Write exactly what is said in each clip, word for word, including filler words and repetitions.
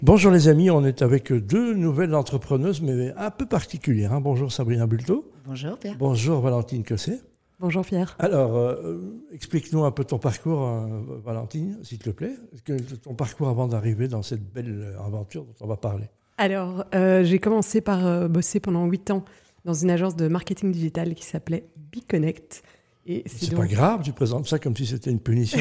Bonjour les amis, on est avec deux nouvelles entrepreneuses, mais un peu particulières. Hein. Bonjour Sabrina Bulto. Bonjour Pierre. Bonjour Valentine Cosset. Bonjour Pierre. Alors, euh, explique-nous un peu ton parcours, euh, Valentine, s'il te plaît. Que, ton parcours avant d'arriver dans cette belle aventure dont on va parler. Alors, euh, j'ai commencé par euh, bosser pendant huit ans dans une agence de marketing digital qui s'appelait BeConnect. Et c'est c'est donc... pas grave, tu présentes ça comme si c'était une punition.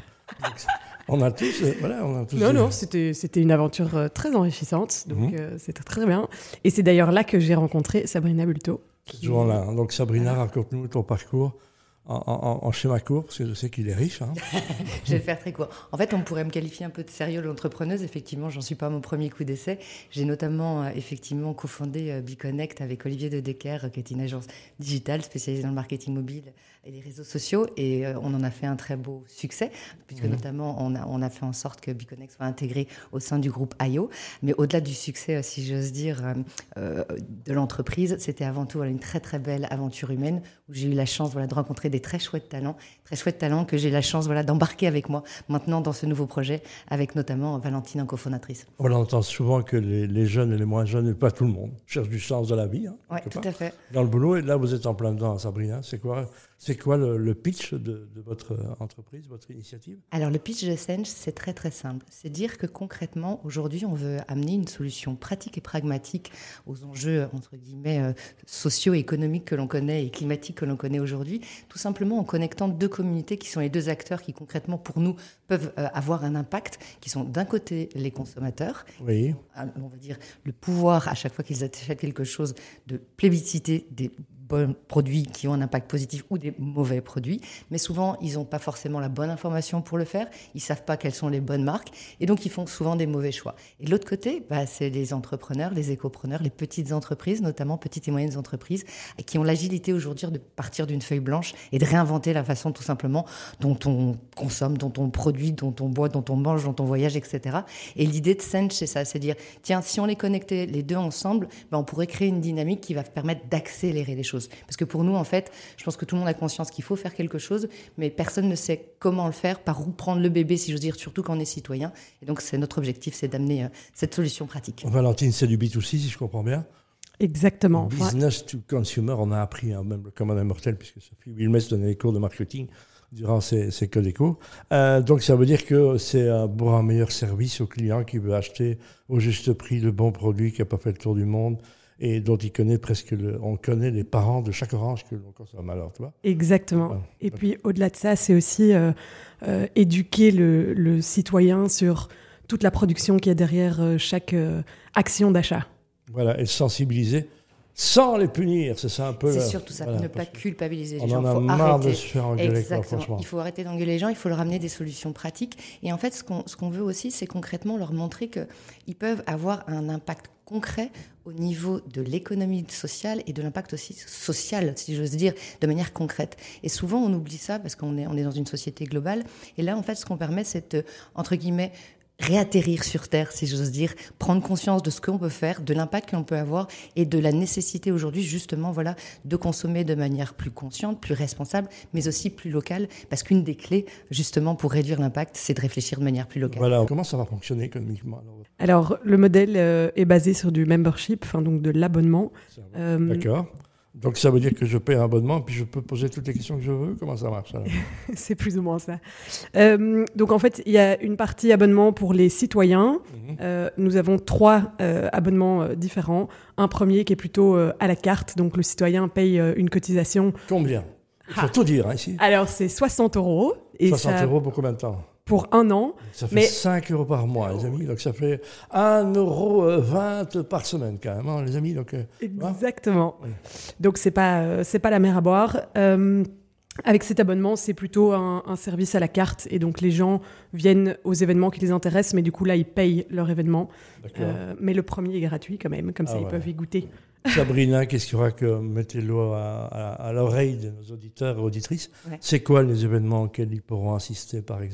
On a tous, euh, voilà, on a tous. Non, des... non, c'était, c'était une aventure euh, très enrichissante, donc mmh. euh, c'était très bien. Et c'est d'ailleurs là que j'ai rencontré Sabrina Bulto. C'est toujours là. Donc Sabrina, raconte-nous ton parcours en, en, en schéma court, parce que je sais qu'il est riche. Hein. Je vais le faire très court. En fait, on pourrait me qualifier un peu de sérieux entrepreneuse. Effectivement, j'en suis pas à mon premier coup d'essai. J'ai notamment, euh, effectivement, cofondé euh, BeConnect avec Olivier De Decker, euh, qui est une agence digitale spécialisée dans le marketing mobile et les réseaux sociaux. Et euh, on en a fait un très beau succès, puisque mmh. notamment, on a, on a fait en sorte que BeConnect soit intégré au sein du groupe I O. Mais au-delà du succès, euh, si j'ose dire, euh, euh, de l'entreprise, c'était avant tout voilà, une très, très belle aventure humaine où j'ai eu la chance voilà, de rencontrer des très chouettes talents, très chouettes talents que j'ai la chance voilà, d'embarquer avec moi maintenant dans ce nouveau projet, avec notamment Valentine en cofondatrice. On entend souvent que les, les jeunes et les moins jeunes, et pas tout le monde, cherchent du sens de la vie. Hein, oui, tout part, à fait. Dans le boulot, et là vous êtes en plein dedans, Sabrina. C'est quoi, c'est quoi le, le pitch de, de votre entreprise, votre initiative? Alors le pitch de Sench, c'est très très simple. C'est dire que concrètement, aujourd'hui, on veut amener une solution pratique et pragmatique aux enjeux, entre guillemets, euh, socio-économiques que l'on connaît et climatiques que l'on connaît aujourd'hui, tout simplement en connectant deux communautés qui sont les deux acteurs qui concrètement pour nous peuvent euh, avoir un impact, qui sont d'un côté les consommateurs, oui. on va dire le pouvoir à chaque fois qu'ils achètent quelque chose de plébisciter des bons produits qui ont un impact positif ou des mauvais produits, mais souvent ils n'ont pas forcément la bonne information pour le faire, ils ne savent pas quelles sont les bonnes marques et donc ils font souvent des mauvais choix. Et de l'autre côté, bah, c'est les entrepreneurs, les écopreneurs, les petites entreprises, notamment petites et moyennes entreprises, qui ont l'agilité aujourd'hui de partir d'une feuille blanche et de réinventer la façon tout simplement dont on consomme, dont on produit, dont on boit, dont on mange, dont on voyage, et cetera. Et l'idée de Sench, c'est ça, c'est dire, tiens, si on les connectait les deux ensemble, bah, on pourrait créer une dynamique qui va permettre d'accélérer les choses. Parce que pour nous, en fait, je pense que tout le monde a conscience qu'il faut faire quelque chose, mais personne ne sait comment le faire, par où prendre le bébé, si j'ose dire, surtout quand on est citoyen. Et donc, c'est notre objectif, c'est d'amener euh, cette solution pratique. Valentine, c'est du B deux C, si je comprends bien. Exactement. Business to consumer, on a appris, hein, même le commun des mortels, puisque Sophie Wilmès donnait des cours de marketing durant ces, ces Codeco. Euh, donc, ça veut dire que c'est un, pour un meilleur service au client qui veut acheter au juste prix le bon produit, qui n'a pas fait le tour du monde, et dont il connaît presque le, on connaît les parents de chaque orange que l'on consomme. Alors, tu vois. Exactement. Ouais. Et puis, au-delà de ça, c'est aussi euh, euh, éduquer le, le citoyen sur toute la production qu'il y a derrière euh, chaque euh, action d'achat. Voilà, et sensibiliser sans les punir, c'est ça un peu... C'est là. surtout ça, Voilà, ne pas culpabiliser les on gens. On en a faut marre arrêter. de se faire engueuler. Exactement. Quoi, il faut arrêter d'engueuler les gens, il faut leur amener des solutions pratiques. Et en fait, ce qu'on, ce qu'on veut aussi, c'est concrètement leur montrer qu'ils peuvent avoir un impact concret au niveau de l'économie sociale et de l'impact aussi social, si j'ose dire, de manière concrète. Et souvent, on oublie ça parce qu'on est, on est dans une société globale. Et là, en fait, ce qu'on permet, c'est de, entre guillemets, réatterrir sur Terre, si j'ose dire, prendre conscience de ce qu'on peut faire, de l'impact qu'on peut avoir et de la nécessité aujourd'hui, justement, voilà, de consommer de manière plus consciente, plus responsable, mais aussi plus locale, parce qu'une des clés, justement, pour réduire l'impact, c'est de réfléchir de manière plus locale. Voilà, comment ça va fonctionner économiquement alors, alors le modèle euh, est basé sur du membership, enfin donc de l'abonnement. Euh, D'accord. Donc ça veut dire que je paie un abonnement puis je peux poser toutes les questions que je veux. Comment ça marche alors? C'est plus ou moins ça. Euh, donc en fait, il y a une partie abonnement pour les citoyens. Mmh. Euh, nous avons trois euh, abonnements euh, différents. Un premier qui est plutôt euh, à la carte, donc le citoyen paye euh, une cotisation. Combien? Il faut ah. tout dire hein, ici. Alors c'est soixante euros. Et soixante ça... euros pour combien de temps? Pour un an. Ça fait mais... cinq euros par mois, les amis. Donc, ça fait un euro vingt par semaine, quand même, hein, les amis. Donc, euh, exactement. Ouais. Donc, ce n'est pas, euh, c'est pas la mer à boire. Euh, avec cet abonnement, c'est plutôt un, un service à la carte. Et donc, les gens viennent aux événements qui les intéressent. Mais du coup, là, ils payent leur événement. Euh, mais le premier est gratuit quand même. Comme ça, ah, ils ouais. peuvent y goûter. Sabrina, qu'est-ce qu'il y aura que mettez-le à, à, à l'oreille de nos auditeurs et auditrices? Ouais. C'est quoi les événements auxquels ils pourront assister, par exemple?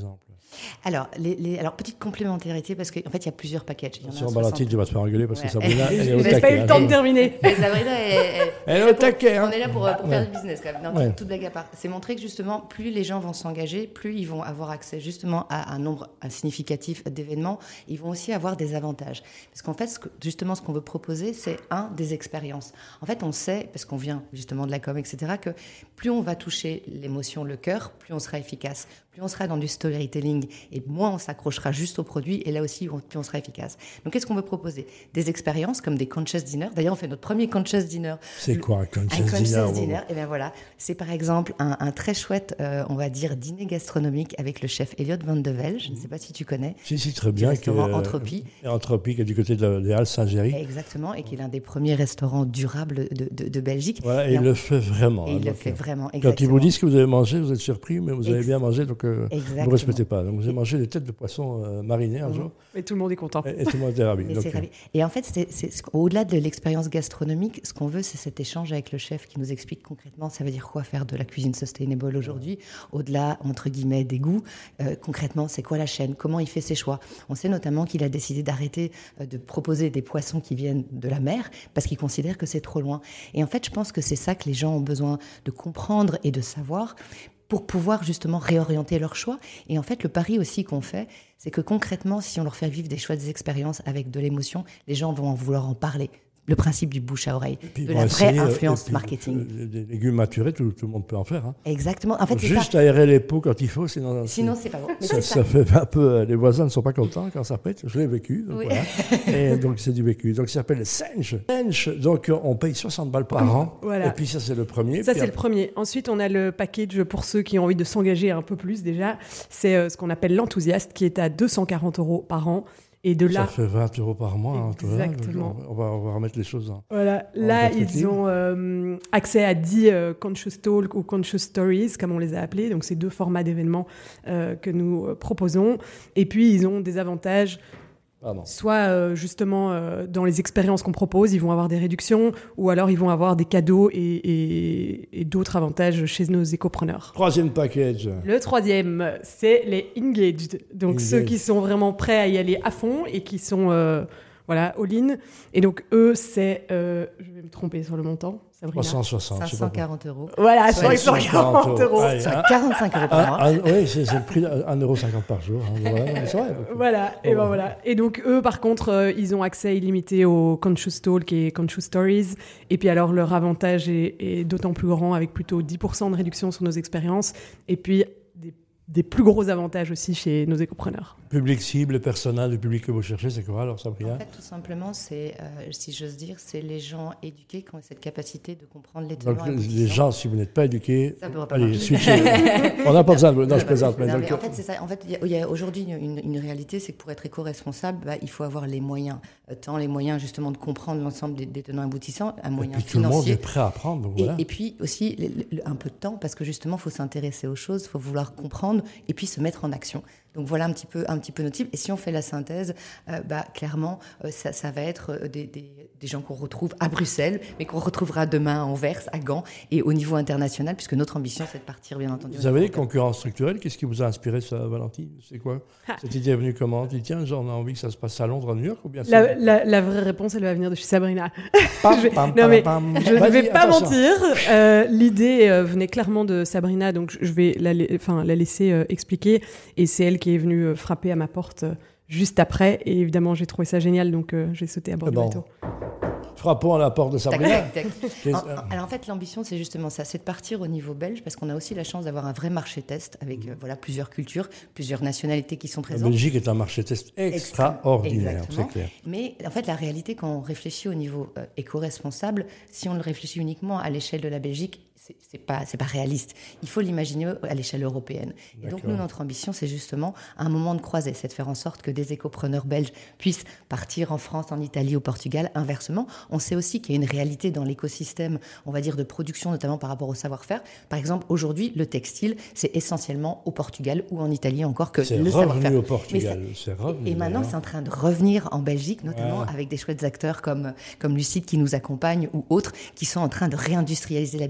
Alors, les, les, alors, petite complémentarité, parce qu'en en fait, il y a plusieurs packages. Sur Valentine, tu vas te faire engueuler parce ouais. que Sabrina, elle est au taquet. taquet. Pas eu le temps de terminer. Sabrina, elle, elle, elle est au taquet. Hein. On est là pour, pour ouais. faire du business, quand même. Non, ouais. toute blague à part. C'est montrer que, justement, plus les gens vont s'engager, plus ils vont avoir accès, justement, à un nombre significatif d'événements. Ils vont aussi avoir des avantages. Parce qu'en fait, ce que, justement, ce qu'on veut proposer, c'est, un, des expériences. En fait, on sait, parce qu'on vient, justement, de la com, et cetera, que plus on va toucher l'émotion, le cœur, plus on sera efficace. Plus on sera dans du storytelling et moins on s'accrochera juste au produit et là aussi plus on sera efficace. Donc qu'est-ce qu'on veut proposer ? Des expériences comme des conscious dinner. D'ailleurs on fait notre premier conscious dinner. C'est quoi un conscious, un conscious dinner, dinner Et bien voilà, c'est par exemple un, un très chouette, euh, on va dire dîner gastronomique avec le chef Elliot van de Velde. Je ne sais pas si tu connais. Si si très bien. Restaurant que, Entropie. Entropie qui est du côté de, des Halles Saint-Géry. Exactement et qui est l'un des premiers restaurants durables de, de, de Belgique. Voilà, et, et il on... le fait vraiment. Et hein, il donc, le fait vraiment. Exactement. Quand il vous dit ce que vous avez mangé, vous êtes surpris, mais vous avez Ex- bien mangé, donc euh, vous ne respectez pas. Donc vous avez mangé des têtes de poisson euh, marinées un mmh. jour. Et tout le monde est content. Et, et tout le monde est ravi. Et, donc, c'est ravi. et en fait, c'est, c'est, au-delà de l'expérience gastronomique, ce qu'on veut, c'est cet échange avec le chef qui nous explique concrètement, ça veut dire quoi faire de la cuisine sustainable aujourd'hui, au-delà, entre guillemets, des goûts. Euh, concrètement, c'est quoi la chaîne ? Comment il fait ses choix ? On sait notamment qu'il a décidé d'arrêter euh, de proposer des poissons qui viennent de la mer parce qu'il considère que c'est trop loin. Et en fait, je pense que c'est ça que les gens ont besoin de comprendre et de savoir pour pouvoir justement réorienter leurs choix. Et en fait, le pari aussi qu'on fait, c'est que concrètement, si on leur fait vivre des chouettes expériences avec de l'émotion, les gens vont vouloir en parler. Le principe du bouche à oreille, de la vraie essayer, influence puis, marketing. Des légumes maturés, tout, tout le monde peut en faire. Hein. Exactement. En fait, c'est juste ça. aérer les pots quand il faut, sinon. Sinon, c'est, c'est pas bon. Mais ça, c'est ça, ça. ça fait un peu. Les voisins ne sont pas contents quand ça pète. Je l'ai vécu. Donc, oui. voilà. Et donc c'est du vécu. Donc ça s'appelle Sench. Sench. Donc on paye soixante balles par an. Voilà. Et puis ça c'est le premier. Ça puis c'est après... le premier. Ensuite on a le package pour ceux qui ont envie de s'engager un peu plus déjà. C'est euh, ce qu'on appelle l'enthousiaste qui est à deux cent quarante euros par an. Et de là, ça fait vingt euros par mois. Exactement. Hein, on, va, on va remettre les choses en. Voilà. En là, ils ont euh, accès à dix euh, Conscious Talk ou Conscious Stories, comme on les a appelés. Donc, c'est deux formats d'événements euh, que nous euh, proposons. Et puis, ils ont des avantages. Pardon. Soit euh, justement euh, dans les expériences qu'on propose, ils vont avoir des réductions ou alors ils vont avoir des cadeaux et, et, et d'autres avantages chez nos écopreneurs. Troisième package. Le troisième, c'est les engaged. Donc engaged. Ceux qui sont vraiment prêts à y aller à fond et qui sont euh, voilà, all-in. Et donc eux, c'est, euh, je vais me tromper sur le montant. Sabrina. trois cent soixante. cinq cent quarante euros. Voilà, cinq cent quarante euros. Allez, hein. quarante-cinq euros par mois. Un, un, oui, c'est, c'est le prix d'un euro cinquante par jour. Hein. Voilà, c'est vrai. Voilà, et ben voilà. Et donc, eux, par contre, euh, ils ont accès illimité au Conscious Talk et Conscious Stories. Et puis, alors, leur avantage est, est d'autant plus grand avec plutôt dix pour cent de réduction sur nos expériences. Et puis, des des plus gros avantages aussi chez nos écopreneurs. Public cible, personnel, le public que vous cherchez, c'est quoi alors, Sabrina ? En fait, tout simplement, c'est, euh, si j'ose dire, c'est les gens éduqués qui ont cette capacité de comprendre les tenants. Donc, les gens, si vous n'êtes pas éduqués, ça peut pas allez, marcher. switchez. On n'a pas besoin de... Non, je plaisante. Non, mais mais donc... en fait, c'est ça. En fait, il y, y a aujourd'hui une, une réalité, c'est que pour être éco-responsable, bah, il faut avoir les moyens. Euh, tant les moyens, justement, de comprendre l'ensemble des, des tenants aboutissants, un moyen et puis, financier. tout le monde est prêt à apprendre. Donc et, voilà. et puis aussi, le, le, un peu de temps, parce que justement, il faut s'intéresser aux choses, il faut vouloir comprendre et puis se mettre en action. Donc voilà un petit peu, un petit peu notre cible. Et si on fait la synthèse, euh, bah, clairement, euh, ça, ça va être des, des, des gens qu'on retrouve à Bruxelles, mais qu'on retrouvera demain à Anvers, à Gand et au niveau international, puisque notre ambition, c'est de partir, bien entendu. Vous avez des concurrences structurelles. Qu'est-ce qui vous a inspiré, ça, Valentine ? C'est quoi ? ah. Cette idée est venue comment ? Tu dis, tiens, genre, on a envie que ça se passe à Londres, à New York ou bien la, la, la vraie réponse, elle va venir de chez Sabrina. Pam, je vais, pam, non, pam, mais pam. je ne vais pas attention. mentir. Euh, l'idée euh, venait clairement de Sabrina, donc je vais la, enfin, la laisser euh, expliquer. Et c'est elle qui est venue euh, frapper à ma porte euh, juste après. Et évidemment, j'ai trouvé ça génial, donc euh, j'ai sauté à bord bon. du bateau. Frappons à la porte de Sabrina. Tac, tac, tac. En, alors en fait, l'ambition, c'est justement ça, c'est de partir au niveau belge, parce qu'on a aussi la chance d'avoir un vrai marché test avec euh, voilà, plusieurs cultures, plusieurs nationalités qui sont présentes. La Belgique est un marché test extraordinaire, Exactement. c'est clair. Mais en fait, la réalité, quand on réfléchit au niveau euh, éco-responsable, si on le réfléchit uniquement à l'échelle de la Belgique, c'est, c'est pas, c'est pas réaliste. Il faut l'imaginer à l'échelle européenne. Et donc, nous, notre ambition, c'est justement, à un moment de croisée, c'est de faire en sorte que des écopreneurs belges puissent partir en France, en Italie, au Portugal, inversement. On sait aussi qu'il y a une réalité dans l'écosystème, on va dire, de production, notamment par rapport au savoir-faire. Par exemple, aujourd'hui, le textile, c'est essentiellement au Portugal ou en Italie encore que c'est le savoir-faire. C'est revenu au Portugal. Ça, c'est revenu, et maintenant, c'est en train de revenir en Belgique, notamment ouais. avec des chouettes acteurs comme, comme Lucide qui nous accompagne ou autres, qui sont en train de réindustrialiser la Belgique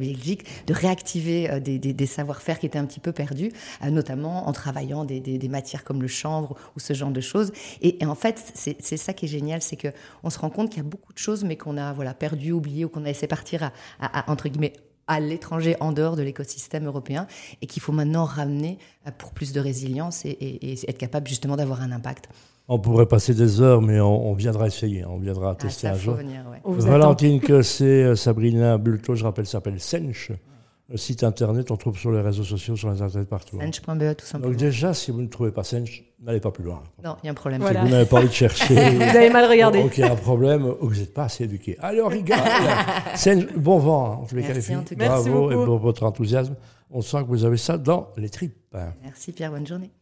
de réactiver euh, des, des, des savoir-faire qui étaient un petit peu perdus, euh, notamment en travaillant des, des, des matières comme le chanvre ou ce genre de choses. Et, et en fait, c'est, c'est ça qui est génial, c'est qu'on se rend compte qu'il y a beaucoup de choses, mais qu'on a voilà, perdu, oublié, ou qu'on a laissé partir à, à, à, entre guillemets, à l'étranger, en dehors de l'écosystème européen, et qu'il faut maintenant ramener pour plus de résilience et, et, et être capable justement d'avoir un impact. On pourrait passer des heures, mais on, on viendra essayer, on viendra tester ah, ça un jour. Venir, ouais. Valentine Cossé, Sabrina Bulto, je rappelle, s'appelle Sench. Le site internet, on trouve sur les réseaux sociaux, sur les internet partout. sench point b e tout simplement. Donc déjà, si vous ne trouvez pas Sench, n'allez pas plus loin. Non, il y a un problème. Voilà. Si vous n'avez pas envie de chercher. Vous avez mal regardé. Ok, un problème, ou vous n'êtes pas assez éduqué. Allez, on rigole. Sench, bon vent, hein, en tous les cas, les filles. Merci Bravo beaucoup. et pour votre enthousiasme. On sent que vous avez ça dans les tripes. Merci Pierre, bonne journée.